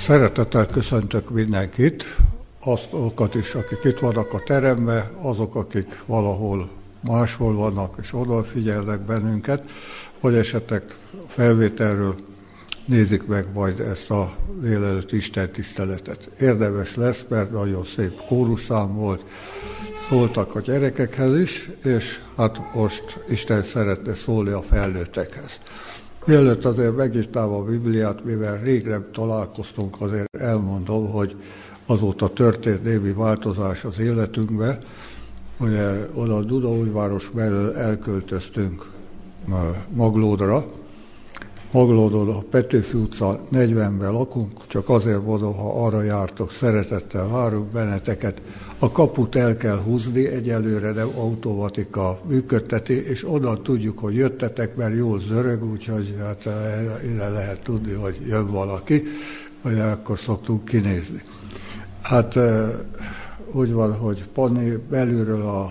Szeretettel köszöntök mindenkit, azokat is, akik itt vannak a teremben, azok, akik valahol máshol vannak és odafigyelnek bennünket, vagy esetleg felvételről nézik meg majd ezt a délelőtt Isten tiszteletet. Érdemes lesz, mert nagyon szép kórusszám volt, szóltak a gyerekekhez is, és hát most Isten szeretne szólni a felnőttekhez. Mielőtt azért megnyitnám a Bibliát, mivel rég nem találkoztunk, azért elmondom, hogy azóta történt némi változás az életünkben. Ugye oda Dunaújváros mellől elköltöztünk Maglódra. Maglódon a Petőfi utca 40-ben lakunk, csak azért mondom, ha arra jártok, szeretettel várunk benneteket. A kaput el kell húzni, egyelőre nem automatika működteti, és onnan tudjuk, hogy jöttetek, mert jól zörög, úgyhogy hát ide lehet tudni, hogy jön valaki, hogy akkor szoktunk kinézni. Hát úgy van, hogy Panni belülről a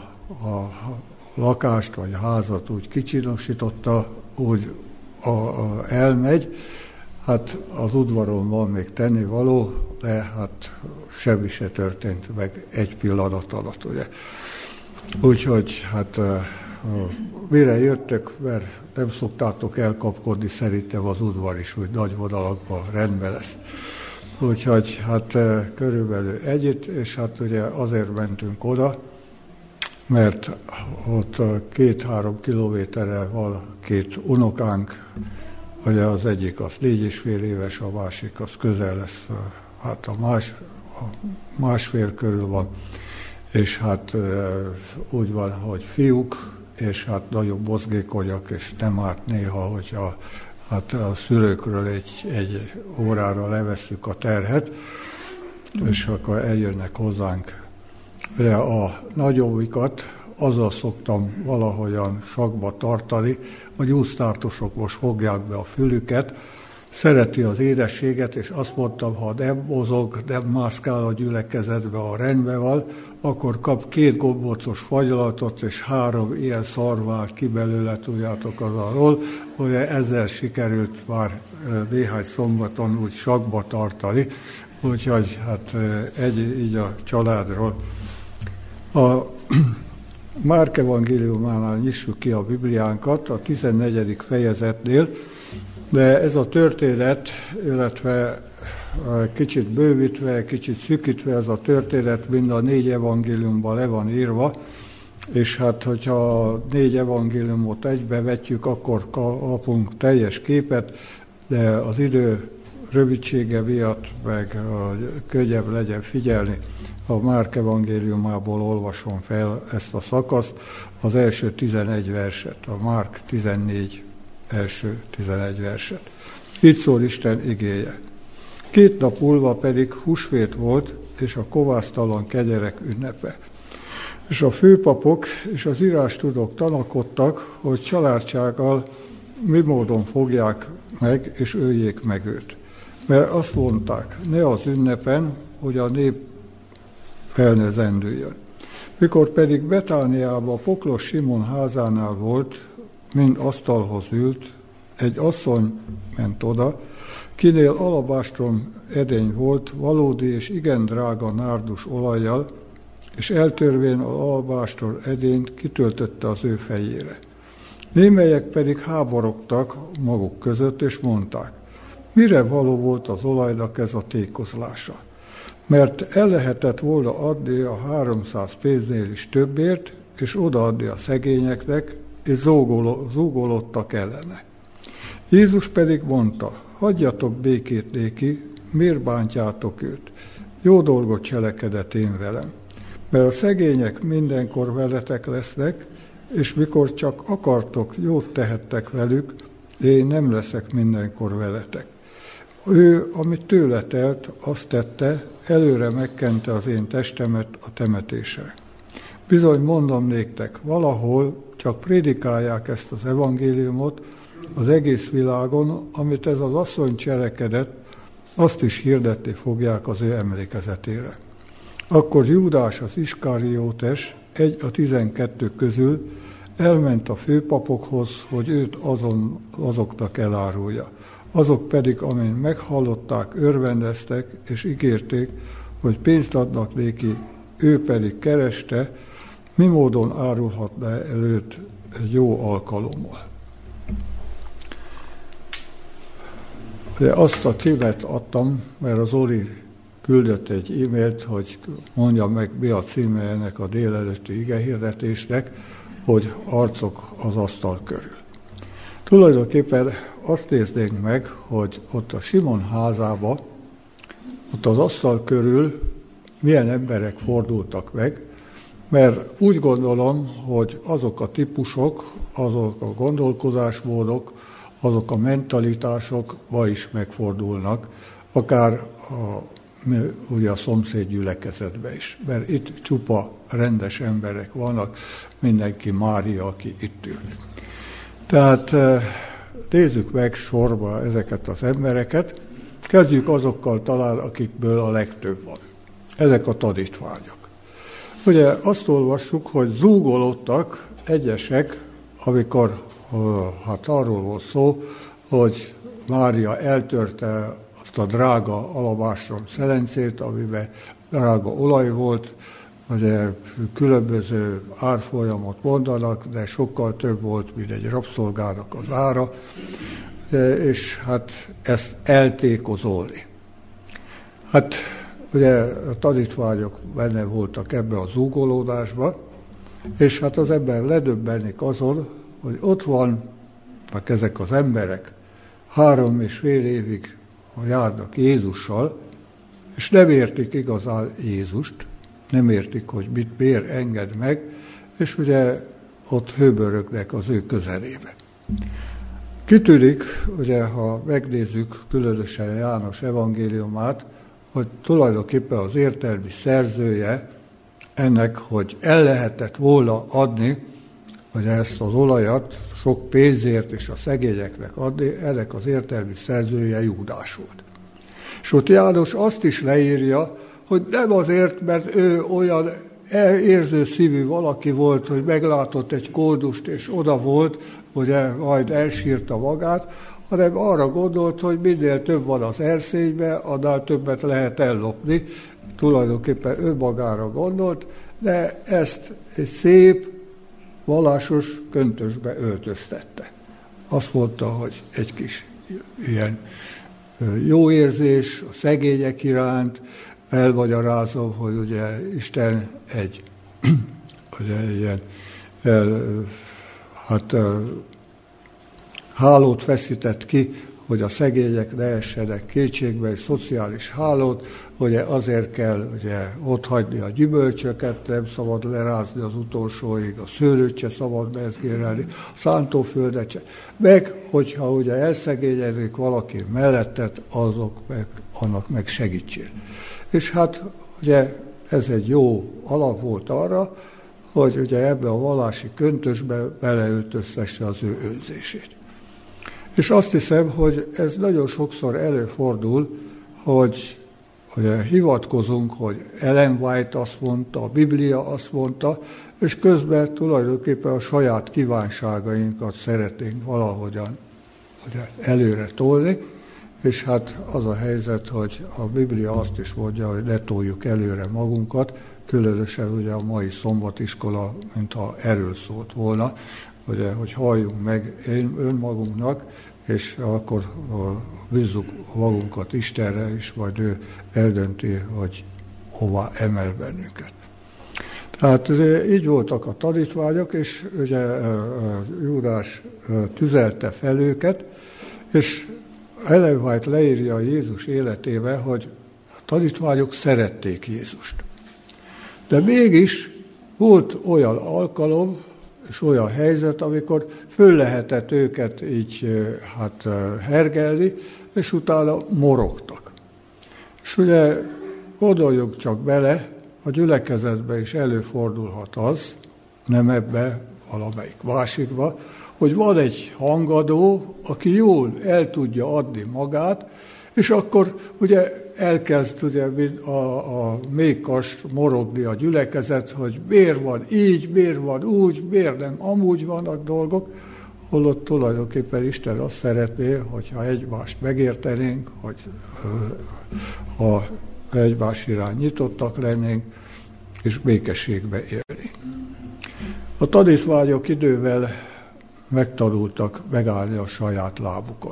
lakást vagy a házat úgy kicsinosította, úgy elmegy. Hát az udvaron van még tennivaló, de hát semmi se történt meg egy pillanat alatt, ugye. Úgyhogy hát mire jöttök, mert nem szoktátok elkapkodni, szerintem az udvar is úgy nagy vonalakban rendben lesz. Úgyhogy hát körülbelül együtt, és hát ugye azért mentünk oda, mert ott 2-3 kilométerre van 2 unokánk, ugye az egyik az 4,5 éves, a másik az közel lesz, hát a másfél körül van, és hát úgy van, hogy fiúk, és hát nagyon mozgékonyak, és nem árt néha, hogyha hát a szülőkről egy órára levesszük a terhet, és akkor eljönnek hozzánk. De a nagyobbikat azzal szoktam valahogyan sakba tartani, a gyúztártosok most fogják be a fülüket, szereti az édességet, és azt mondtam, ha nem mozog, nem mászkál a gyülekezetbe, a rendben van, akkor kap 2 gombócos fagylatot, és 3 ilyen szarvát ki belőle, tudjátok az arról, hogy ezzel sikerült már néhány szombaton úgy sakba tartani, úgyhogy hát így a családról. A Márk evangéliumánál nyissuk ki a Bibliánkat, a 14. fejezetnél, de ez a történet, illetve kicsit bővítve, kicsit szűkítve ez a történet, mind a 4 evangéliumban le van írva, és hát, hogyha a 4 evangéliumot egybevetjük, akkor kapunk teljes képet, de az idő rövidsége miatt, meg könnyebb legyen figyelni, a Márk evangéliumából olvasom fel ezt a szakaszt, az első 11 verset, a Márk 14 első 11 verset. Így szól Isten igéje. 2 nap múlva pedig húsvét volt, és a kovásztalan kegyerek ünnepe. És a főpapok és az írástudók tanakodtak, hogy családsággal mi módon fogják meg, és öljék meg őt. Mert azt mondták, ne az ünnepen, hogy a nép felnezendüljön. Mikor pedig Betániában Poklos Simon házánál volt, mind asztalhoz ült, egy asszony ment oda, kinél alabástron edény volt, valódi és igen drága nárdus olajjal, és eltörvén az alabástor edényt kitöltötte az ő fejére. Némelyek pedig háborogtak maguk között, és mondták, mire való volt az olajnak ez a tékozlása? Mert el lehetett volna adni a 300 pénznél is többért, és odaadni a szegényeknek, és zúgolódtak ellene. Jézus pedig mondta, hagyjatok békét néki, miért bántjátok őt? Jó dolgot cselekedett én velem. Mert a szegények mindenkor veletek lesznek, és mikor csak akartok, jót tehettek velük, én nem leszek mindenkor veletek. Ő, amit tőle telt, azt tette, előre megkente az én testemet a temetésre. Bizony mondom néktek, valahol csak prédikálják ezt az evangéliumot az egész világon, amit ez az asszony cselekedett, azt is hirdetni fogják az ő emlékezetére. Akkor Júdás az Iskariótes, egy a 12 közül, elment a főpapokhoz, hogy őt azoknak elárulja. Azok pedig, amint meghallották, örvendeztek, és ígérték, hogy pénzt adnak néki, ő pedig kereste, mi módon árulhatná előtt egy jó alkalommal. De azt a címet adtam, mert az Zoli küldött egy e-mailt, hogy mondja meg, mi a címe ennek a délelőtti igehirdetésnek, hogy arcok az asztal körül. Tulajdonképpen azt néznénk meg, hogy ott a Simon házába, ott az asztal körül milyen emberek fordultak meg, mert úgy gondolom, hogy azok a típusok, azok a gondolkozásmódok, azok a mentalitások ma is megfordulnak, akár ugye a szomszéd gyülekezetben is. Mert itt csupa rendes emberek vannak, mindenki Mária, aki itt ül. Tehát nézzük meg sorba ezeket az embereket, kezdjük azokkal talán, akikből a legtöbb van. Ezek a tanítványok. Ugye azt olvassuk, hogy zúgolódtak egyesek, amikor hát arról volt szó, hogy Mária eltörte azt a drága alabástrom szelencét, amiben drága olaj volt, ugye különböző árfolyamot mondanak, de sokkal több volt, mint egy rabszolgának az ára, és hát ezt eltékozolni. Hát ugye a tanítványok benne voltak ebbe a zúgolódásba, és hát az ember ledöbbenik azon, hogy ott vannak ezek az emberek, 3,5 évig járnak Jézussal, és nem értik igazán Jézust, nem értik, hogy miért enged meg, és ugye ott hőbörögnek az ő közelébe. Kitűnik, ugye, ha megnézzük különösen János evangéliumát, hogy tulajdonképpen az értelmi szerzője ennek, hogy el lehetett volna adni, hogy ezt az olajat sok pénzért és a szegényeknek adni, ennek az értelmi szerzője Júdás volt. És ott János azt is leírja, hogy nem azért, mert ő olyan érző szívű valaki volt, hogy meglátott egy koldust, és oda volt, hogy majd elsírta magát, hanem arra gondolt, hogy minél több van az erszényben, annál többet lehet ellopni. Tulajdonképpen önmagára gondolt, de ezt egy szép, vallásos köntösbe öltöztette. Azt mondta, hogy egy kis ilyen jó érzés a szegények iránt, elmagyarázom, hogy ugye Isten egy ugye ilyen hálót feszített ki, hogy a szegények ne essenek kétségbe, egy szociális hálót, ugye azért kell ugye ott hagyni a gyümölcsöket, nem szabad lerázni az utolsóig, a szőlőt se szabad mezgérelni, a szántóföldet se. Meg, hogyha ugye elszegényedik valaki mellettet, annak meg segítsél. És hát ugye ez egy jó alap volt arra, hogy ugye ebbe a vallási köntösbe beleöltöztesse az ő önzését. És azt hiszem, hogy ez nagyon sokszor előfordul, hogy hivatkozunk, hogy Ellen White azt mondta, a Biblia azt mondta, és közben tulajdonképpen a saját kívánságainkat szeretnénk valahogyan előre tolni, és hát az a helyzet, hogy a Biblia azt is mondja, hogy ne toljuk előre magunkat, különösen ugye a mai szombatiskola, mintha erről szólt volna, ugye, hogy halljunk meg önmagunknak, és akkor bízzuk magunkat Istenre, és majd ő eldönti, hogy hová emel bennünket. Tehát így voltak a tanítványok, és ugye Júdás tüzelte fel őket, és Ellen White leírja Jézus életébe, hogy a tanítványok szerették Jézust. De mégis volt olyan alkalom, és olyan helyzet, amikor föl lehetett őket így hergelni, és utána morogtak. És ugye gondoljunk csak bele, a gyülekezetben is előfordulhat az, nem ebbe, valamelyik másikba, hogy van egy hangadó, aki jól el tudja adni magát, és akkor ugye elkezd ugye a mékast morogni a gyülekezet, hogy miért van így, miért van úgy, miért nem amúgy vannak dolgok, holott tulajdonképpen Isten azt szeretné, hogyha egymást megértenénk, hogy ha egymás irány nyitottak lennénk, és békességbe élnénk. A tanítványok idővel megtanultak megállni a saját lábukon.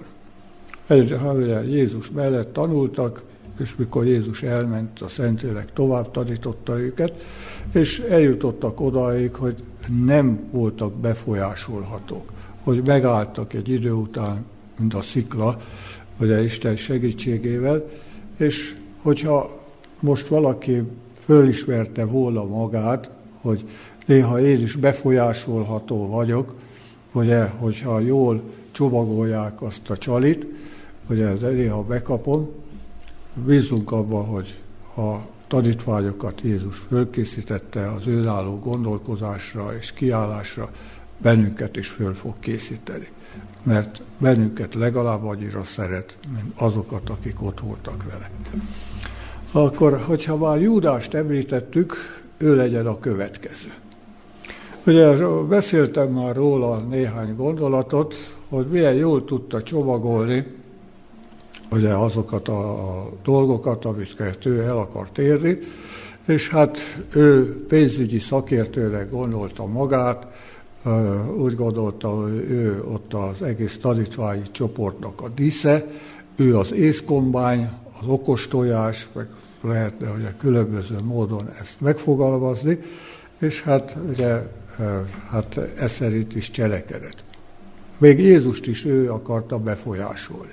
Jézus mellett tanultak, és mikor Jézus elment, a Szentlélek tovább tanította őket, és eljutottak odáig, hogy nem voltak befolyásolhatók, hogy megálltak egy idő után, mint a szikla, ugye Isten segítségével, és hogyha most valaki fölismerte volna magát, hogy néha én is befolyásolható vagyok, ugye, hogyha jól csomagolják azt a csalit, ugye néha bekapom, bízunk abban, hogy a tanítványokat Jézus fölkészítette az önálló gondolkozásra és kiállásra, bennünket is föl fog készíteni. Mert bennünket legalább annyira szeret, mint azokat, akik ott voltak vele. Akkor, hogyha már Júdást említettük, ő legyen a következő. Ugye beszéltem már róla néhány gondolatot, hogy milyen jól tudta csomagolni ugye azokat a dolgokat, amiket ő el akart érni, és hát ő pénzügyi szakértőnek gondolta magát, úgy gondolta, hogy ő ott az egész tanítványi csoportnak a dísze, ő az észkombány, az okostojás, meg lehetne ugye különböző módon ezt megfogalmazni, és hát ugye hát ez szerint is cselekedett. Még Jézust is ő akarta befolyásolni.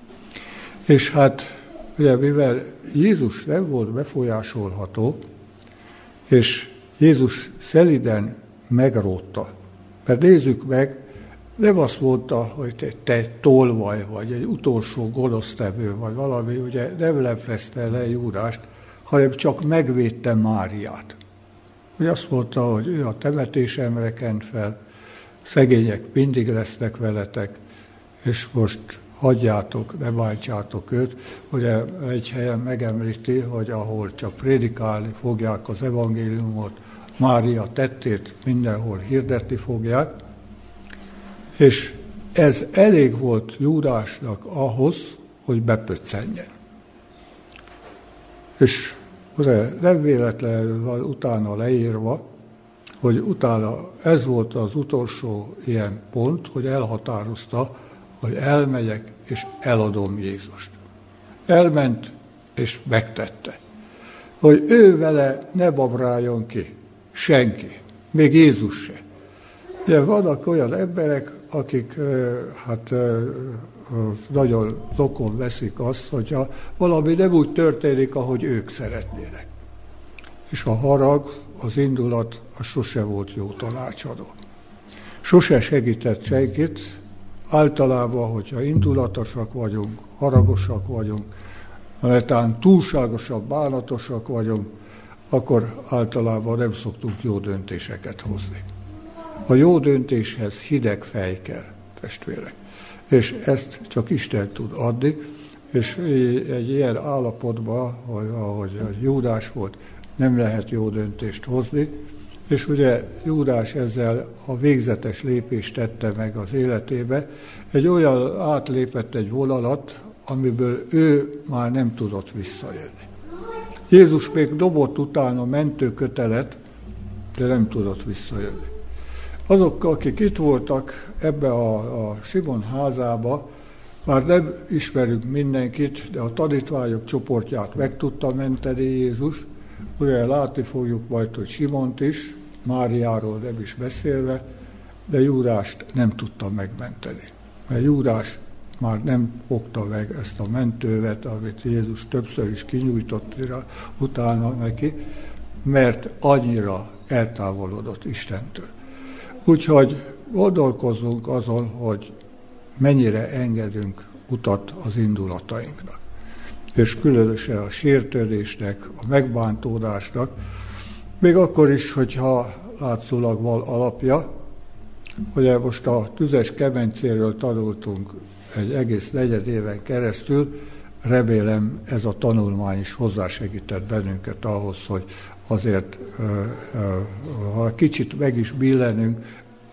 És hát ugye mivel Jézus nem volt befolyásolható, és Jézus szeliden megrótta. Mert nézzük meg, nem azt mondta, hogy te tolvaj vagy, egy utolsó gonosztevő vagy valami, ugye nem leplezte le Júdást, hanem csak megvédte Máriát. Hogy azt mondta, hogy ő a temetésemre kent fel, szegények mindig lesznek veletek, és most hagyjátok, ne bántsátok őt. Ugye egy helyen megemlíti, hogy ahol csak prédikálni fogják az evangéliumot, Mária tettét mindenhol hirdetni fogják, és ez elég volt Júdásnak ahhoz, hogy bepöccenjen. És nem véletlenül van utána leírva, hogy utána ez volt az utolsó ilyen pont, hogy elhatározta, hogy elmegyek és eladom Jézust. Elment és megtette. Hogy ő vele ne babráljon ki. Senki. Még Jézus se. Ugye vannak olyan emberek, akik nagyon zokon veszik azt, hogyha valami nem úgy történik, ahogy ők szeretnének. És a harag, az indulat, az sose volt jó tanácsadó. Sose segített senkit, általában, hogyha indulatosak vagyunk, haragosak vagyunk, netán túlságosan bánatosak vagyunk, akkor általában nem szoktunk jó döntéseket hozni. A jó döntéshez hideg fej kell, testvérek. És ezt csak Isten tud adni, és egy ilyen állapotban, ahogy Júdás volt, nem lehet jó döntést hozni, és ugye Júdás ezzel a végzetes lépést tette meg az életébe, egy olyan átlépett egy vonalat, amiből ő már nem tudott visszajönni. Jézus még dobott utána mentőkötelet, de nem tudott visszajönni. Azok, akik itt voltak ebbe a Simon házába, már nem ismerünk mindenkit, de a tanítványok csoportját meg tudta menteni Jézus. Ugye látni fogjuk majd, hogy Simont is, Máriáról nem is beszélve, de Júdást nem tudta megmenteni. Mert Júdás már nem fogta meg ezt a mentővet, amit Jézus többször is kinyújtott utána neki, mert annyira eltávolodott Istentől. Úgyhogy gondolkozzunk azon, hogy mennyire engedünk utat az indulatainknak. És különösen a sértődésnek, a megbántódásnak, még akkor is, hogyha látszólag van alapja. Ugye most a tüzes kemencéről tanultunk egy egész 4 éven keresztül, remélem ez a tanulmány is hozzásegített bennünket ahhoz, hogy azért, ha kicsit meg is billenünk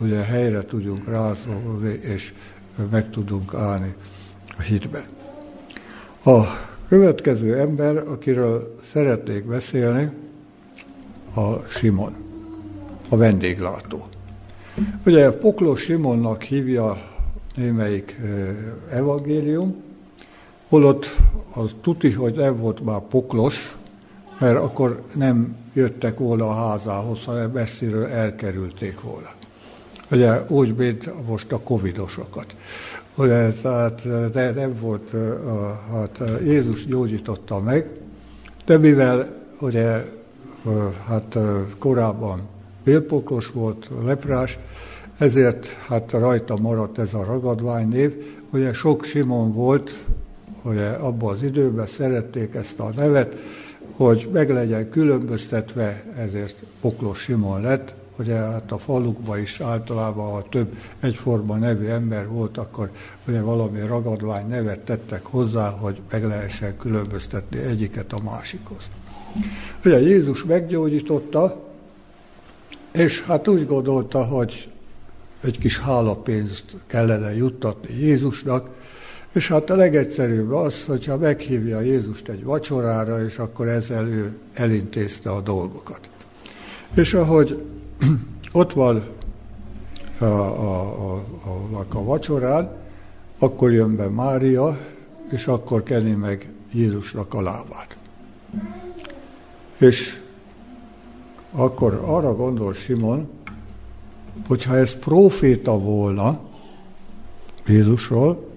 ugye helyre tudjunk rázolni, és meg tudunk állni a hitben. A következő ember, akiről szeretnék beszélni, a Simon, a vendéglátó. Ugye Poklos Simonnak hívja némelyik evangélium, holott az tuti, hogy nem volt már poklos, mert akkor nem jöttek volna a házához, hanem messziről elkerülték volna. Ugye úgy, mint most a covidosokat. Ugye, tehát nem volt, hát Jézus gyógyította meg, de mivel ugye, hát korábban bélpoklos volt, leprás, ezért hát rajta maradt ez a ragadványnév. Ugye sok Simon volt, ugye abban az időben szerették ezt a nevet, hogy meg legyen különböztetve, ezért Poklos Simon lett. Ugye hát a falukban is általában, ha több egyforma nevű ember volt, akkor ugye valami ragadvány nevet tettek hozzá, hogy meg lehessen különböztetni egyiket a másikhoz. Ugye Jézus meggyógyította, és hát úgy gondolta, hogy egy kis hálapénzt kellene juttatni Jézusnak, és hát a legegyszerűbb az, hogyha meghívja Jézust egy vacsorára, és akkor ezzel ő elintézte a dolgokat. És ahogy ott van a vacsorán, akkor jön be Mária, és akkor keni meg Jézusnak a lábát. És akkor arra gondol Simon, hogyha ez próféta volna Jézusról,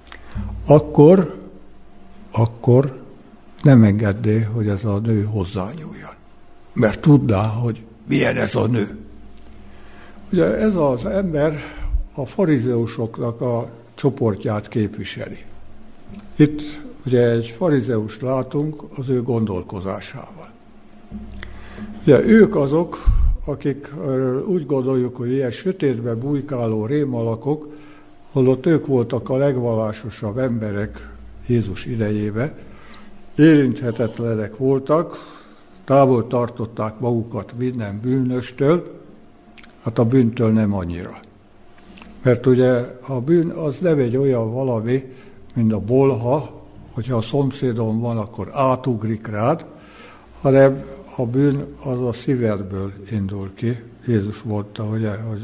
akkor nem engedné, hogy ez a nő hozzányúljon. Mert tudná, hogy milyen ez a nő. Ugye ez az ember a farizeusoknak a csoportját képviseli. Itt ugye egy farizeust látunk az ő gondolkozásával. Ugye ők azok, akik úgy gondoljuk, hogy ilyen sötétbe bujkáló rémalakok, holott ők voltak a legvallásosabb emberek Jézus idejébe, érinthetetlenek voltak, távol tartották magukat minden bűnöstől, hát a bűntől nem annyira. Mert ugye a bűn az nem egy olyan valami, mint a bolha, hogyha a szomszédon van, akkor átugrik rád, hanem a bűn az a szívedből indul ki. Jézus mondta, ugye, hogy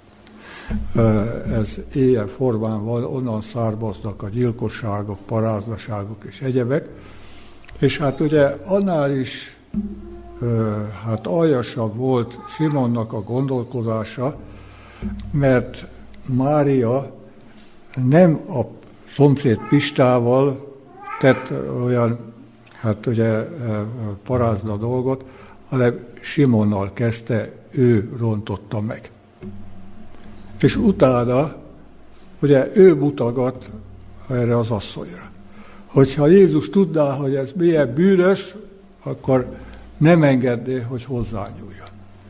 ez ilyen formán van, onnan származnak a gyilkosságok, paráznaságok és egyebek. És hát ugye annál is hát aljasabb volt Simonnak a gondolkodása, mert Mária nem a szomszéd Pistával tett olyan, hát ugye parázna dolgot, hanem Simonnal kezdte, ő rontotta meg. És utána ugye ő mutogat erre az asszonyra. Hogyha Jézus tudná, hogy ez milyen bűnös, akkor nem engedné, hogy hozzányúljon.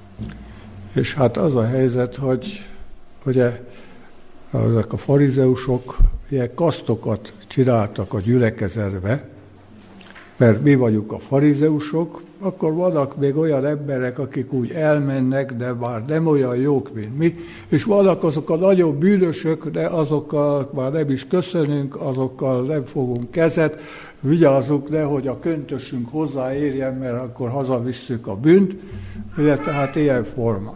És hát az a helyzet, hogy ugye ezek a farizeusok ilyen kasztokat csináltak a gyülekezetbe, mert mi vagyunk a farizeusok, akkor vannak még olyan emberek, akik úgy elmennek, de már nem olyan jók, mint mi, és vannak azok a nagyobb bűnösök, de azokkal már nem is köszönünk, azokkal nem fogunk kezet, vigyázzunk, nehogy a köntösünk hozzáérjen, mert akkor hazavisszük a bűnt, ugye, tehát ilyen formán.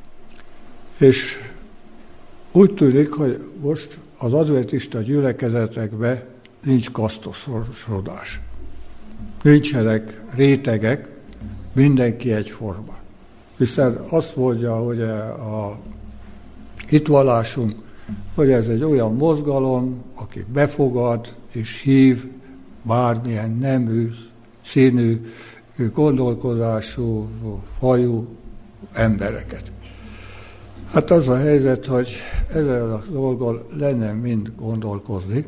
És úgy tűnik, hogy most az adventista gyülekezetekben nincs kasztosodás. Nincsenek rétegek, mindenki egyforma. Hiszen azt mondja, hogy a hitvallásunk, hogy ez egy olyan mozgalom, aki befogad és hív bármilyen nemű, színű, gondolkodású, fajú embereket. Hát az a helyzet, hogy ezzel a dolgon lenne mind gondolkozni,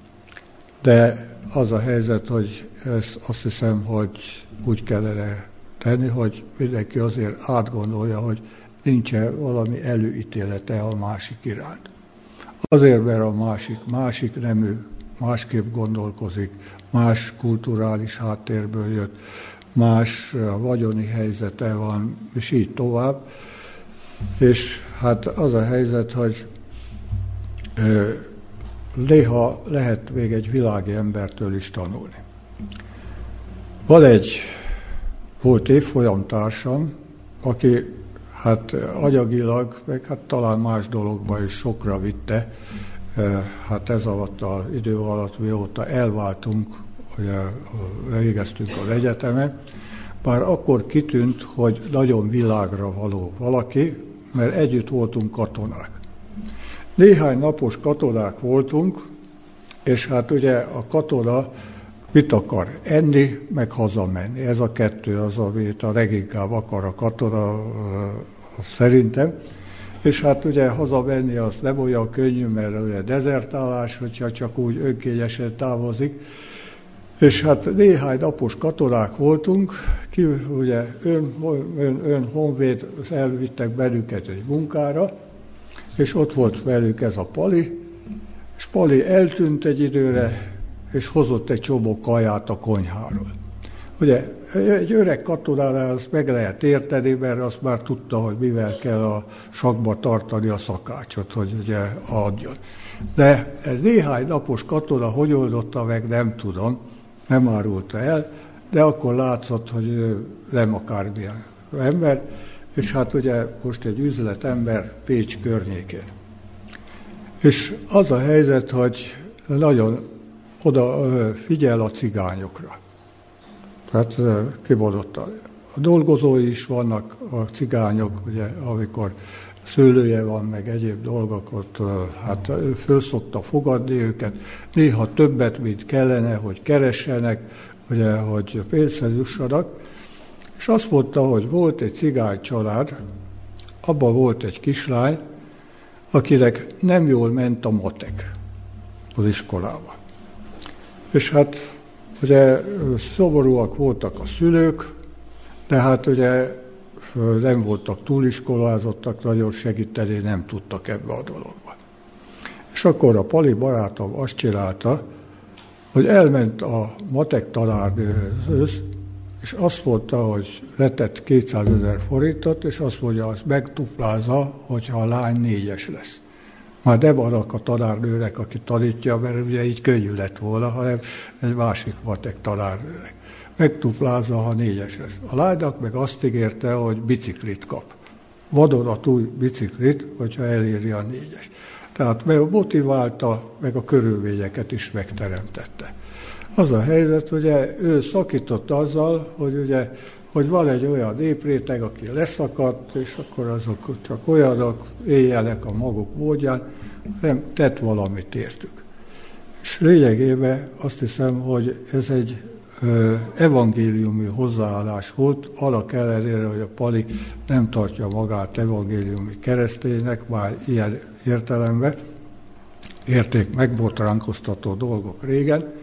de az a helyzet, hogy ezt azt hiszem, hogy úgy kellene tenni, hogy mindenki azért átgondolja, hogy nincs-e valami előítélete a másik iránt. Azért, mert a másik nemű másképp gondolkozik, más kulturális háttérből jött, más vagyoni helyzete van, és így tovább. És hát az a helyzet, hogy néha lehet még egy világi embertől is tanulni. Volt évfolyamtársam, aki hát agyagilag, meg hát talán más dologba is sokra vitte, hát ez alatt az idő alatt, mióta elváltunk, hogy végeztünk az egyetemen, bár akkor kitűnt, hogy nagyon világra való valaki, mert együtt voltunk katonák. Néhány napos katonák voltunk, és hát ugye a katona mit akar? Enni, meg hazamenni. Ez a kettő az, amit a leginkább akar a katona szerintem. És hát ugye hazamenni az nem olyan könnyű, mert ugye dezertálás, hogyha csak úgy önkényesen távozik. És hát néhány napos katonák voltunk, ugye ön honvéd elvittek bennünket egy munkára, és ott volt velük ez a Pali, és Pali eltűnt egy időre, és hozott egy csomó kaját a konyháról. Ugye egy öreg katonánál azt meg lehet érteni, mert azt már tudta, hogy mivel kell a sakba tartani a szakácsot, hogy ugye adjon. De ez néhány napos katona hogy oldotta meg, nem tudom, nem árulta el, de akkor látszott, hogy ő nem akármilyen ember, és hát ugye most egy üzletember Pécs környékén. És az a helyzet, hogy nagyon oda figyel a cigányokra. Tehát kimondottan. A dolgozói is vannak, a cigányok, ugye, amikor szőlője van, meg egyéb dolgok, ott hát föl szokta fogadni őket. Néha többet, mint kellene, hogy keressenek, ugye, hogy pénzhez jussanak. És azt mondta, hogy volt egy cigány család, abban volt egy kislány, akinek nem jól ment a matek az iskolába. És hát ugye szomorúak voltak a szülők, de hát ugye nem voltak túliskolázottak, nagyon segíteni nem tudtak ebbe a dologba. És akkor a Pali barátom azt csinálta, hogy elment a matek tanárnőhöz, és azt mondta, hogy letett 200 000 forintot, és azt mondja, azt megduplázza, hogyha a lány 4-es lesz. Már nem annak a tanárnőnek, aki tanítja, mert ugye így könnyű lett volna, hanem egy másik matek tanárnőnek. Megduplázza, ha 4-es lesz. A lánynak meg azt ígérte, hogy biciklit kap. Vadonatúj biciklit, hogyha eléri a 4-es. Tehát motiválta, meg a körülményeket is megteremtette. Az a helyzet, ugye ő szakított azzal, hogy ugye, hogy van egy olyan népréteg, aki leszakadt, és akkor azok csak olyanok éljenek a maguk módján, nem tett valamit értük. És lényegében azt hiszem, hogy ez egy evangéliumi hozzáállás volt, annak ellenére, hogy a Pali nem tartja magát evangéliumi kereszténynek, már ilyen értelemben érték megbotránkoztató dolgok régen,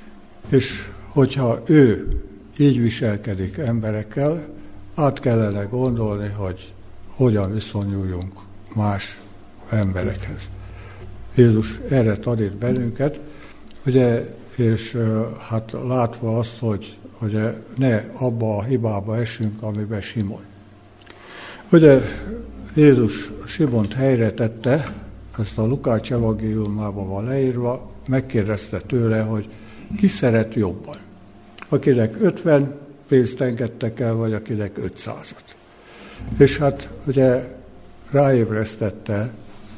és hogyha ő így viselkedik emberekkel, át kellene gondolni, hogy hogyan viszonyuljunk más emberekhez. Jézus erre tanít bennünket, ugye, és hát látva azt, hogy ne abba a hibába esünk, amiben Simon. Ugye Jézus Simont helyre tette, ezt a Lukács evangéliumában van leírva, megkérdezte tőle, hogy ki szeret jobban. Akinek 50 pénzt engedtek el, vagy akinek 500-at. És hát ugye ráébresztette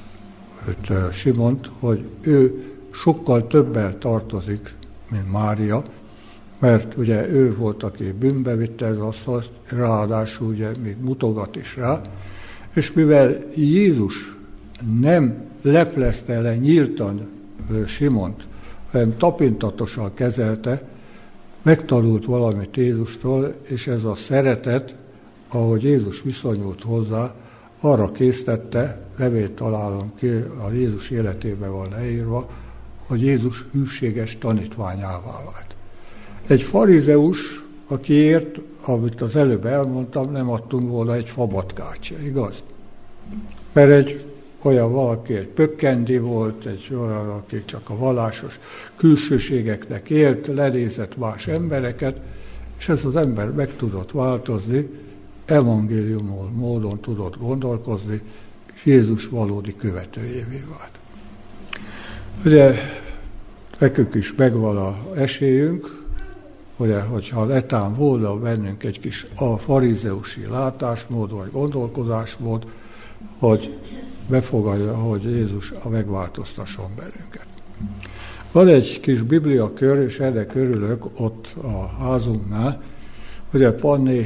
Simont, hogy ő sokkal többel tartozik, mint Mária, mert ugye ő volt, aki bűnbe vitte az asztalt, ráadásul ugye még mutogat is rá, és mivel Jézus nem leplezte le nyíltan Simont, hanem tapintatosan kezelte, megtanult valamit Jézustól, és ez a szeretet, ahogy Jézus viszonyult hozzá, arra késztette, nevét találom ki, a Jézus életében van leírva, hogy Jézus hűséges tanítványává vált. Egy farizeus, akiért, amit az előbb elmondtam, nem adtunk volna egy fabatkát se, igaz? Mert egy olyan valaki, egy pökkendi volt, egy olyan, aki csak a vallásos külsőségeknek élt, lenézett más embereket, és ez az ember meg tudott változni, evangélium módon tudott gondolkozni, és és Jézus valódi követőjévé vált. Ugye nekünk is megvan az esélyünk, ugye, hogyha letán volna bennünk egy kis a farizeusi látásmód vagy gondolkodásmód, hogy befogadja, hogy Jézus megváltoztasson bennünket. Van egy kis bibliakör, és ennek örülök ott a házunknál. Ugye Panni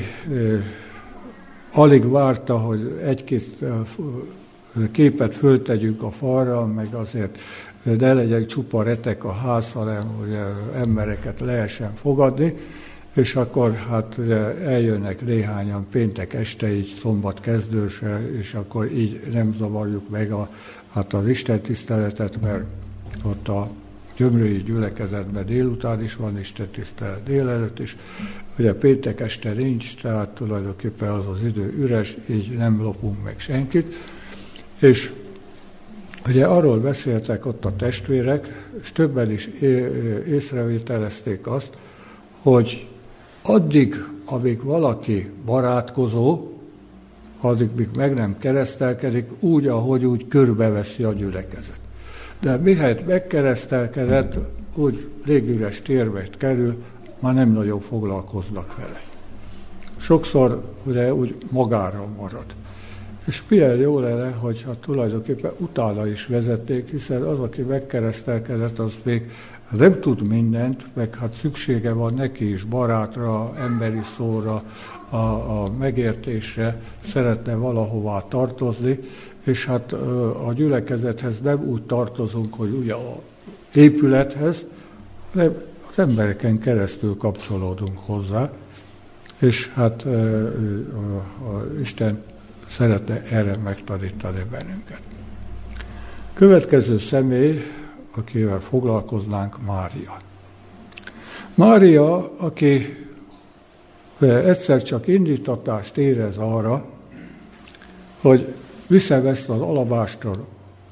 alig várta, hogy egy-két képet föltegyünk a falra, meg azért ne legyen csupa retek a ház, hanem hogy embereket lehessen fogadni, és akkor hát eljönnek néhányan péntek este, így szombat kezdőse, és akkor így nem zavarjuk meg az Isten tiszteletet, mert ott a gyömrői gyülekezetben délután is van Isten tisztelet, délelőtt is. Ugye péntek este nincs, tehát tulajdonképpen az az idő üres, így nem lopunk meg senkit. És ugye arról beszéltek ott a testvérek, és többen is észrevételezték azt, hogy addig, amíg valaki barátkozó, addig még meg nem keresztelkedik, úgy, ahogy úgy körbeveszi a gyülekezet. De mihelyt megkeresztelkedett, úgy légüres térbe kerül, már nem nagyon foglalkoznak vele. Sokszor ugye úgy magára marad. És milyen jó lenne, hogyha tulajdonképpen utána is vezették, hiszen az, aki megkeresztelkedett, az még nem tud mindent, meg hát szüksége van neki is barátra, emberi szóra, a megértésre, szeretne valahová tartozni, és hát a gyülekezethez nem úgy tartozunk, hogy ugye az épülethez, hanem az embereken keresztül kapcsolódunk hozzá, és hát Isten szeretne erre megtanítani bennünket. Következő személy, akivel foglalkoznánk, Mária. Mária, aki egyszer csak indítatást érez arra, hogy viszem ezt az alabástor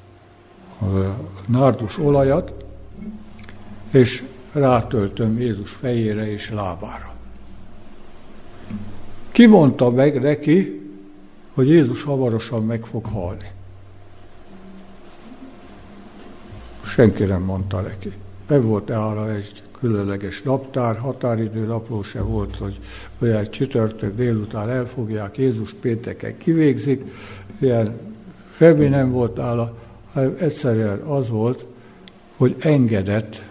nárdus olajat, és rátöltöm Jézus fejére és lábára. Ki mondta meg neki, hogy Jézus hamarosan meg fog halni? Senki nem mondta neki. Nem volt arra egy különleges naptár, határidő napló se volt, hogy olyan csütörtök délután elfogják, Jézus pénteken kivégzik, ilyen semmi nem volt nála, hanem egyszerűen az volt, hogy engedett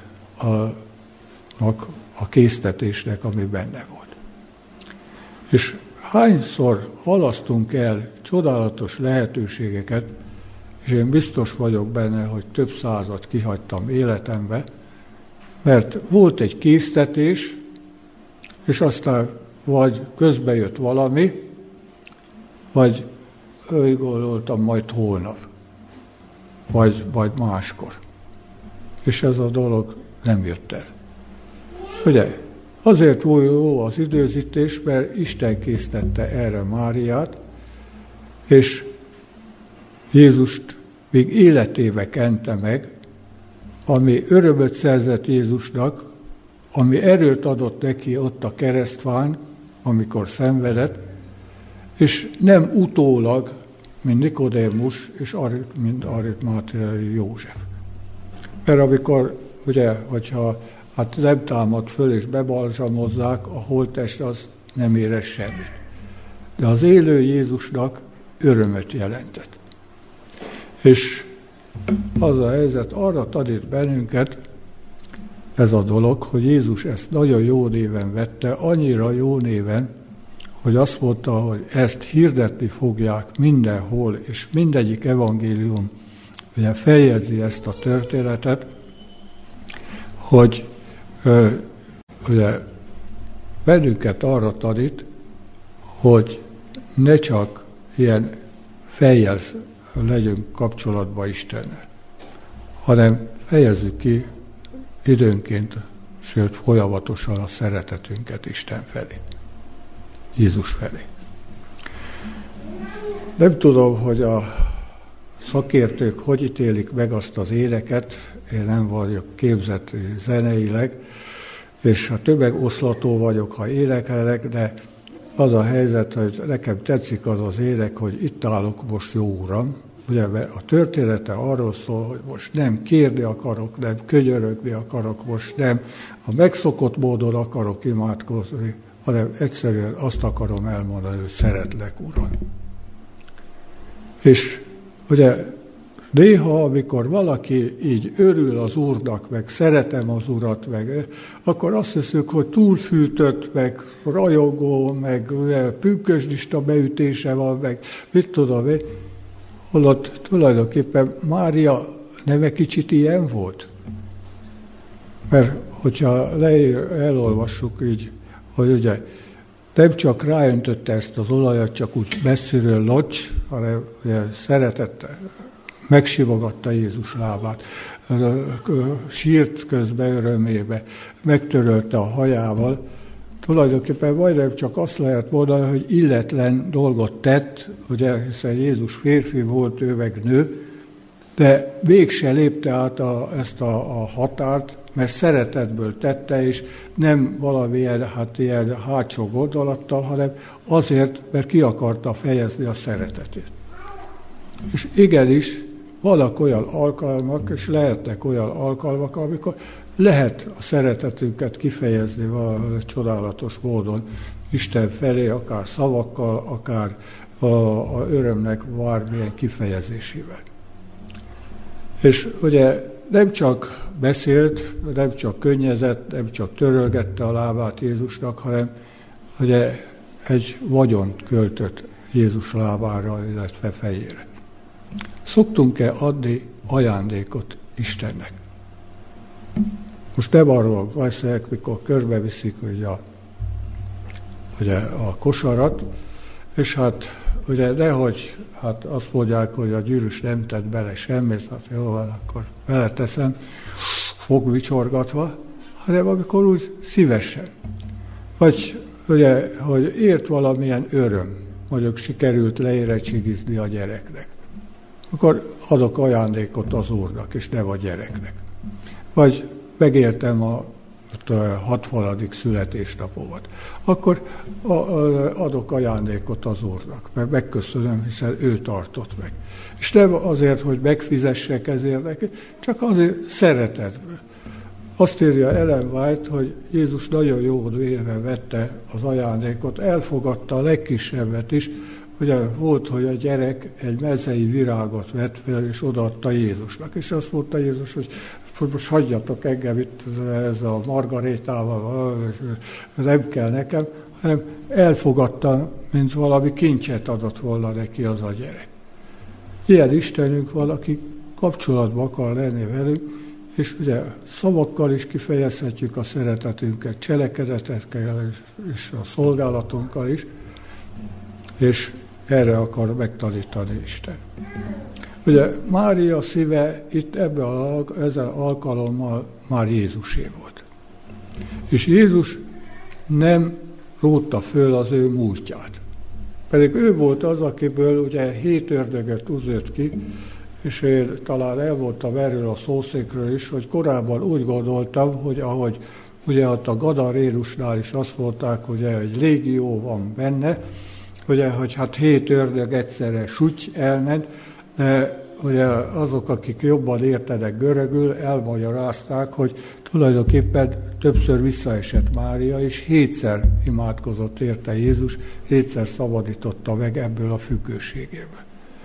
a késztetésnek, ami benne volt. És hányszor halasztunk el csodálatos lehetőségeket, és én biztos vagyok benne, hogy több százat kihagytam életembe, mert volt egy késztetés, és aztán vagy közbe jött valami, vagy gondoltam majd holnap, vagy máskor. És ez a dolog nem jött el. Ugye? Azért volt jó az időzítés, mert Isten késztette erre Máriát, és Jézust még életébe kente meg, ami örömöt szerzett Jézusnak, ami erőt adott neki ott a keresztfán, amikor szenvedett, és nem utólag, mint Nikodémus, és mint Arimatéai József. Mert amikor, ugye, hogyha nem támad föl és bebalzsamozzák, a holttest az nem érez semmit. De az élő Jézusnak örömöt jelentett. És az a helyzet arra tanít bennünket, ez a dolog, hogy Jézus ezt nagyon jó néven vette, annyira jó néven, hogy azt mondta, hogy ezt hirdetni fogják mindenhol, és mindegyik evangélium ugye feljegyzi ezt a történetet, hogy ugye bennünket arra tanít, hogy ne csak ilyen fejjel legyünk kapcsolatban Istennel, hanem fejezzük ki időnként, sőt folyamatosan a szeretetünket Isten felé, Jézus felé. Nem tudom, hogy a szakértők hogy ítélik meg azt az éneket, én nem vagyok képzett zeneileg, és a tömegoszlató vagyok, ha énekelek, de az a helyzet, hogy nekem tetszik az az ének, hogy itt állok most, jó Uram, ugye a története arról szól, hogy most nem kérni akarok, nem könyörögni akarok, most nem a megszokott módon akarok imádkozni, hanem egyszerűen azt akarom elmondani, hogy szeretlek, Uram. És ugye néha, amikor valaki így örül az Úrnak, meg szeretem az Urat, meg, akkor azt hiszük, hogy túlfűtött, meg rajongó, meg pünkösdista beütése van, meg mit tudom én, holott tulajdonképpen Mária nem egy kicsit ilyen volt. Mert hogyha elolvassuk így, hogy ugye nem csak ráöntötte ezt az olajat, csak úgy messziről locs, hanem szeretette, megsimogatta Jézus lábát, sírt közben örömébe, megtörölte a hajával. Tulajdonképpen majdnem csak azt lehet mondani, hogy illetlen dolgot tett, ugye, hiszen Jézus férfi volt, ő meg nő, de mégse lépte át ezt a határt, mert szeretetből tette, és nem valamilyen ilyen hátsó gondolattal, hanem azért, mert ki akarta fejezni a szeretetét. És igenis, vannak olyan alkalmak, és lehetnek olyan alkalmak, amikor lehet a szeretetünket kifejezni valami csodálatos módon Isten felé, akár szavakkal, akár a örömnek bármilyen kifejezésével. És ugye nem csak beszélt, nem csak könnyezett, nem csak törölgette a lábát Jézusnak, hanem ugye egy vagyont költött Jézus lábára, illetve fejére. Szoktunk-e adni ajándékot Istennek? Most nem arról beszélek, mikor körbeviszik ugye a kosarat, és hát ugye nehogy azt mondják, hogy a gyűrűs nem tett bele semmit, hát jó van, akkor beleteszem, fogvicsorgatva, hanem amikor úgy szívesen. Vagy ugye, hogy ért valamilyen öröm, mondjuk sikerült leérettségizni a gyereknek, akkor adok ajándékot az Úrnak, és nem a gyereknek. Vagy megéltem a 60. születésnapomat, akkor adok ajándékot az Úrnak, mert megköszönöm, hiszen ő tartott meg. És nem azért, hogy megfizessek ezért neki, csak azért szeretetből. Azt írja Ellen White, hogy Jézus nagyon jó néven vette az ajándékot, elfogadta a legkisebbet is. Ugye volt, hogy a gyerek egy mezei virágot vett fel, és odaadta Jézusnak. És azt mondta Jézus, hogy most hagyjatok engem itt ez a margarétával, nem kell nekem, hanem elfogadtam, mint valami kincset adott volna neki az a gyerek. Ilyen Istenünk van, aki kapcsolatban akar lenni velünk, és ugye szavakkal is kifejezhetjük a szeretetünket, cselekedetekkel és a szolgálatunkkal is, és erre akar megtanítani Isten. Ugye Mária szíve itt ezen alkalommal már Jézusé volt. És Jézus nem rótta föl az ő múltját. Pedig ő volt az, akiből ugye 7 ördögöt uzött ki, és én talán elmondtam erről a szószékről is, hogy korábban úgy gondoltam, hogy ahogy ugye ott a Gadarérusnál is azt mondták, hogy egy légió van benne, ugye, hogy hát 7 ördög egyszerre suty elment, de ugye azok, akik jobban értenek görögül, elmagyarázták, hogy tulajdonképpen többször visszaesett Mária, és 7-szer imádkozott érte Jézus, 7-szer szabadította meg ebből a függőségéből.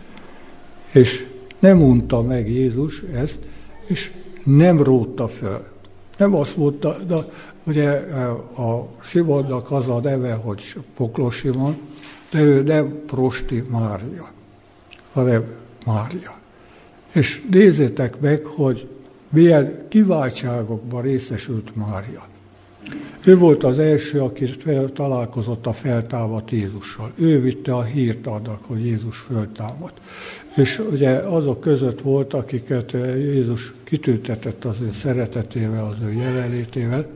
És nem unta meg Jézus ezt, és nem rótta föl. Nem azt mondta, de ugye a Simonnak az a neve, hogy Poklós Simon, de ő nem Prosti Mária, hanem Mária. És nézzétek meg, hogy milyen kiváltságokban részesült Mária. Ő volt az első, aki találkozott a feltámadt Jézussal. Ő vitte a hírt annak, hogy Jézus föltámadt. És ugye azok között volt, akiket Jézus kitüntetett az ő szeretetével, az ő jelenlétével.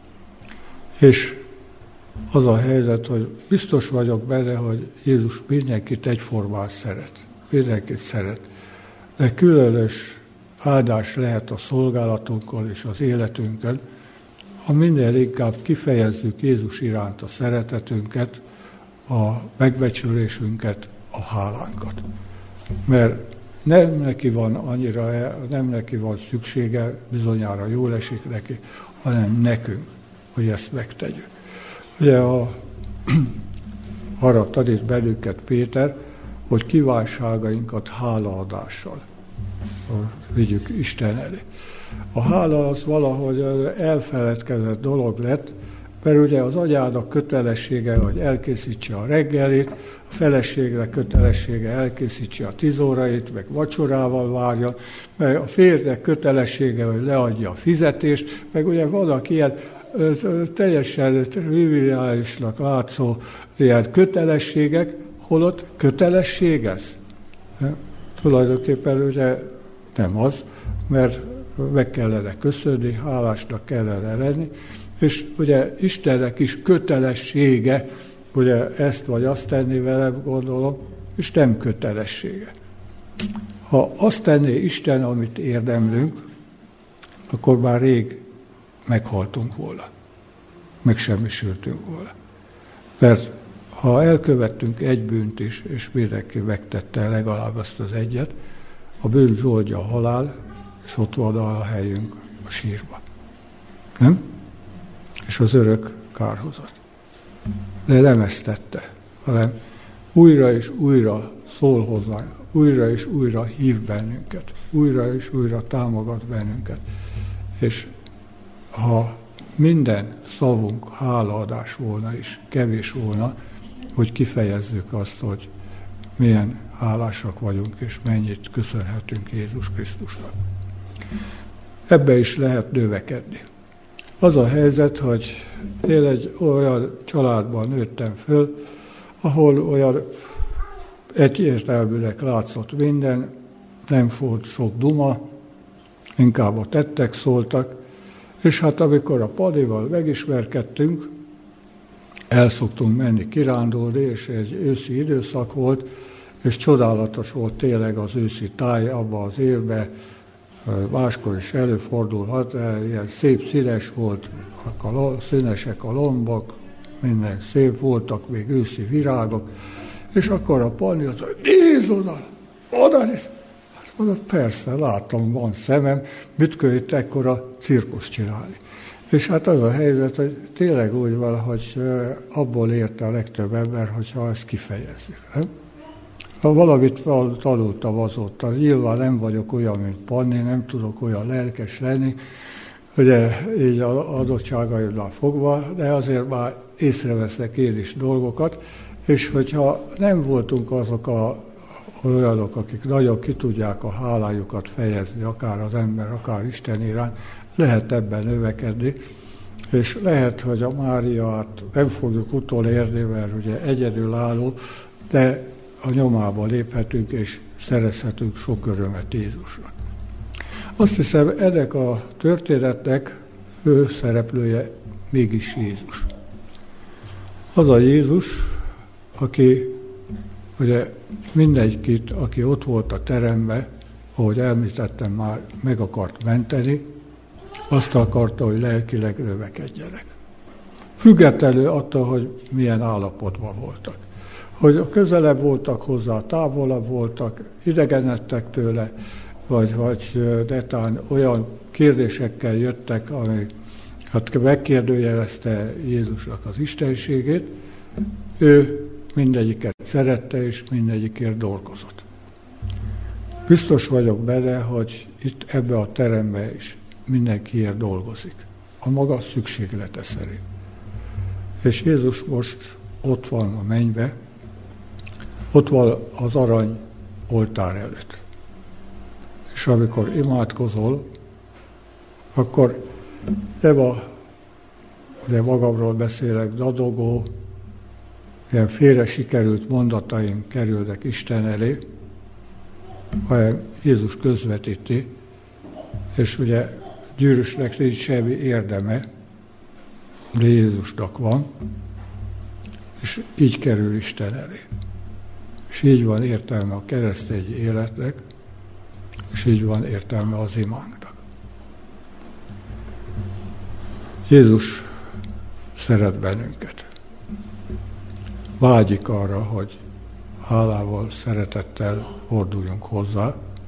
És az a helyzet, hogy biztos vagyok benne, hogy Jézus mindenkit egyformán szeret. Mindenkit szeret. De különös áldás lehet a szolgálatunkon és az életünkön, ha minél inkább kifejezzük Jézus iránt a szeretetünket, a megbecsülésünket, a hálánkat. Mert nem neki van szüksége, bizonyára jól esik neki, hanem nekünk, hogy ezt megtegyük. Ugye arra tanít bennünket Péter, hogy kívánságainkat hálaadással vigyük Isten elé. A hála az valahogy elfeledkezett dolog lett, mert ugye az anyának kötelessége, hogy elkészítse a reggelit, a feleségre kötelessége elkészítse a 10 órait, meg vacsorával várja, meg a férjnek kötelessége, hogy leadja a fizetést, meg ugye vannak ilyen teljesen triviálisnak látszó ilyen kötelességek, holott kötelesség ez. Tulajdonképpen ugye nem az, mert meg kellene köszönni, hálásnak kellene lenni, és ugye Istennek is kötelessége, ugye ezt vagy azt tenni velem, gondolom, és nem kötelessége. Ha azt tenné Isten, amit érdemlünk, akkor már rég meghaltunk volna, megsemmisültünk volna. Mert ha elkövettünk egy bűnt is, és mindenki megtette legalább azt az egyet, a bűn zsoldja a halál, és ott van a helyünk a sírba. Nem? És az örök kárhozat. De nem ezt tette, hanem újra és újra szól hozzánk, újra és újra hív bennünket, újra és újra támogat bennünket. És ha minden szavunk hálaadás volna is, kevés volna, hogy kifejezzük azt, hogy milyen hálásak vagyunk, és mennyit köszönhetünk Jézus Krisztusnak. Ebbe is lehet növekedni. Az a helyzet, hogy én egy olyan családban nőttem föl, ahol olyan egyértelműnek látszott minden, nem volt sok duma, inkább a tettek szóltak, és hát amikor a Padival megismerkedtünk, el szoktunk menni kirándulni, és egy őszi időszak volt, és csodálatos volt tényleg az őszi táj abban az évben, máskor is előfordulhat, ilyen szép színes volt, színesek a lombok, minden szép voltak, még őszi virágok, és akkor a Panni azt mondja, nézd oda nézd! Hát mondom, persze, látom, van szemem, mit kell itt ekkora cirkuszt csinálni. És hát az a helyzet, hogy tényleg úgy van, hogy abból érte a legtöbb ember, hogyha ezt kifejezzük. Nem? Ha valamit tanultam azóta, nyilván nem vagyok olyan, mint Panni, nem tudok olyan lelkes lenni, ugye így adottságaimnál fogva, de azért már észreveszek én is dolgokat, és hogyha nem voltunk azok olyanok, akik nagyon ki tudják a hálájukat fejezni, akár az ember, akár Isten iránt, lehet ebben növekedni, és lehet, hogy a Máriát nem fogjuk utolérni, mert ugye egyedülálló, de a nyomába léphetünk, és szerezhetünk sok örömet Jézusnak. Azt hiszem, ennek a történetnek fő szereplője mégis Jézus. Az a Jézus, aki ugye mindenkit, aki ott volt a teremben, ahogy említettem már, meg akart menteni, azt akarta, hogy lelkileg növekedjenek. Függetlenül attól, hogy milyen állapotban voltak. Hogy közelebb voltak hozzá, távolabb voltak, idegenedtek tőle, vagy netán olyan kérdésekkel jöttek, amik megkérdőjelezte Jézusnak az istenségét, ő mindegyiket szerette, és mindegyikért dolgozott. Biztos vagyok benne, hogy itt ebbe a terembe is mindenkiért dolgozik, a maga szükséglete szerint. És Jézus most ott van a mennybe, ott van az arany oltár előtt. És amikor imádkozol, akkor de magamról beszélek, dadogó, ilyen félre sikerült mondataim kerülnek Isten elé, hanem Jézus közvetíti, és ugye gyűrűsnek nincs semmi érdeme, de Jézusnak van, és így kerül Isten elé. És így van értelme a keresztény életnek, és így van értelme az imánknak. Jézus szeret bennünket. Vágyik arra, hogy hálával, szeretettel forduljunk hozzá,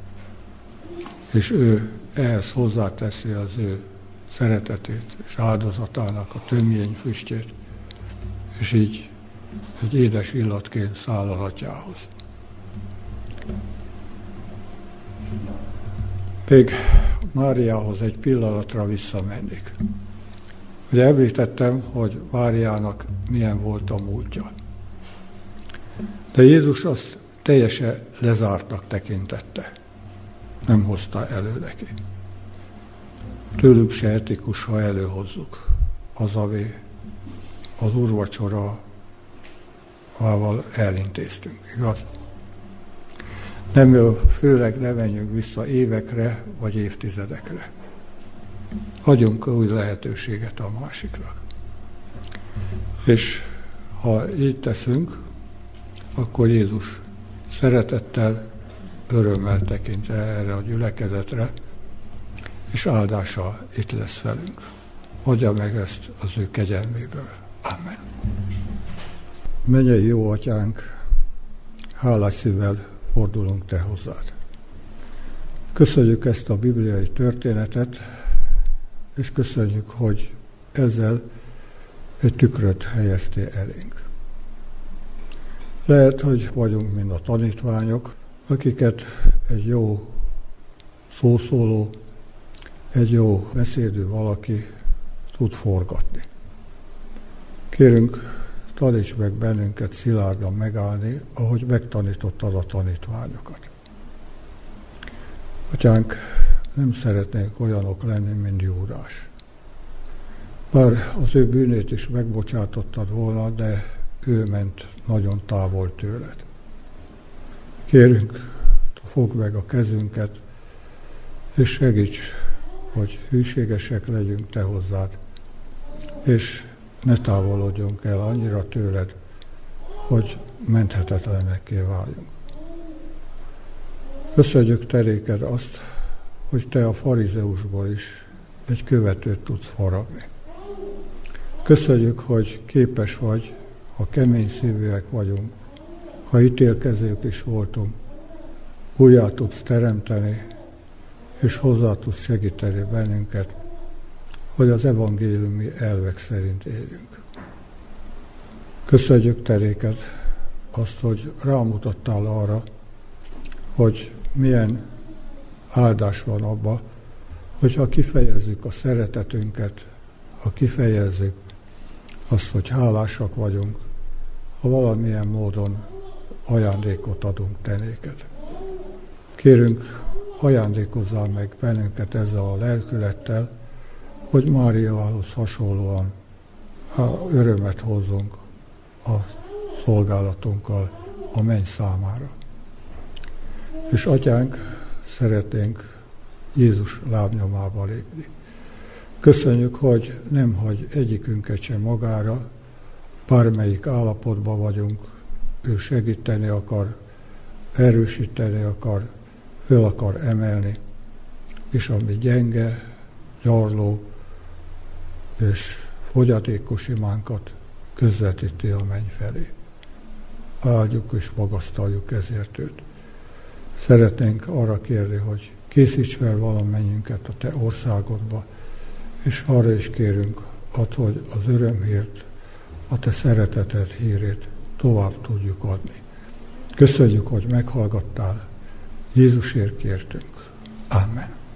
és ő ehhez hozzáteszi az ő szeretetét és áldozatának a tömjény füstjét, és így egy édes illatként száll az atyához. Még Máriához egy pillanatra visszamennék. Ugye említettem, hogy Máriának milyen volt a múltja. De Jézus azt teljesen lezártnak tekintette. Nem hozta elő neki. Tőlük se etikus, ha előhozzuk az, ami az úrvacsorával elintéztünk, igaz? Főleg ne menjünk vissza évekre vagy évtizedekre. Adjunk új lehetőséget a másiknak. És ha így teszünk, akkor Jézus szeretettel, örömmel tekint erre a gyülekezetre, és áldása itt lesz velünk. Adja meg ezt az ő kegyelméből. Amen. Mennyei jó atyánk, hálás szívvel fordulunk te hozzád. Köszönjük ezt a bibliai történetet, és köszönjük, hogy ezzel egy tükröt helyeztél elénk. Lehet, hogy vagyunk, mint a tanítványok, akiket egy jó szószóló, egy jó beszédű valaki tud forgatni. Kérünk, taníts meg bennünket szilárdan megállni, ahogy megtanítottad a tanítványokat. Atyánk, nem szeretnénk olyanok lenni, mint Júdás. Bár az ő bűnét is megbocsátottad volna, de ő ment nagyon távol tőled. Kérünk, fogd meg a kezünket, és segíts, hogy hűségesek legyünk te hozzád, és ne távolodjunk el annyira tőled, hogy menthetetlenekké váljunk. Köszönjük teréked azt, hogy te a farizeusból is egy követőt tudsz faragni. Köszönjük, hogy képes vagy, ha kemény szívűek vagyunk, ha ítélkezők is voltunk, újjá tudsz teremteni, és hozzá tudsz segíteni bennünket, hogy az evangéliumi elvek szerint éljünk. Köszönjük teréked azt, hogy rámutattál arra, hogy milyen áldás van abba, hogyha kifejezzük a szeretetünket, ha kifejezzük azt, hogy hálásak vagyunk, ha valamilyen módon ajándékot adunk te néked. Kérünk, ajándékozzál meg bennünket ezzel a lelkülettel, hogy Máriához hasonlóan örömet hozzunk a szolgálatunkkal a menny számára. És atyánk, szeretnénk Jézus lábnyomába lépni. Köszönjük, hogy nem hagy egyikünket sem magára, bármelyik állapotban vagyunk, ő segíteni akar, erősíteni akar, föl akar emelni, és ami gyenge, gyarló és fogyatékos imánkat közvetíti a menny felé. Áldjuk és magasztaljuk ezért őt. Szeretnénk arra kérni, hogy készíts fel valamennyünket a te országodba, és arra is kérünk, hogy az örömhírt, a te szereteted hírét tovább tudjuk adni. Köszönjük, hogy meghallgattál, Jézusért kértünk. Amen.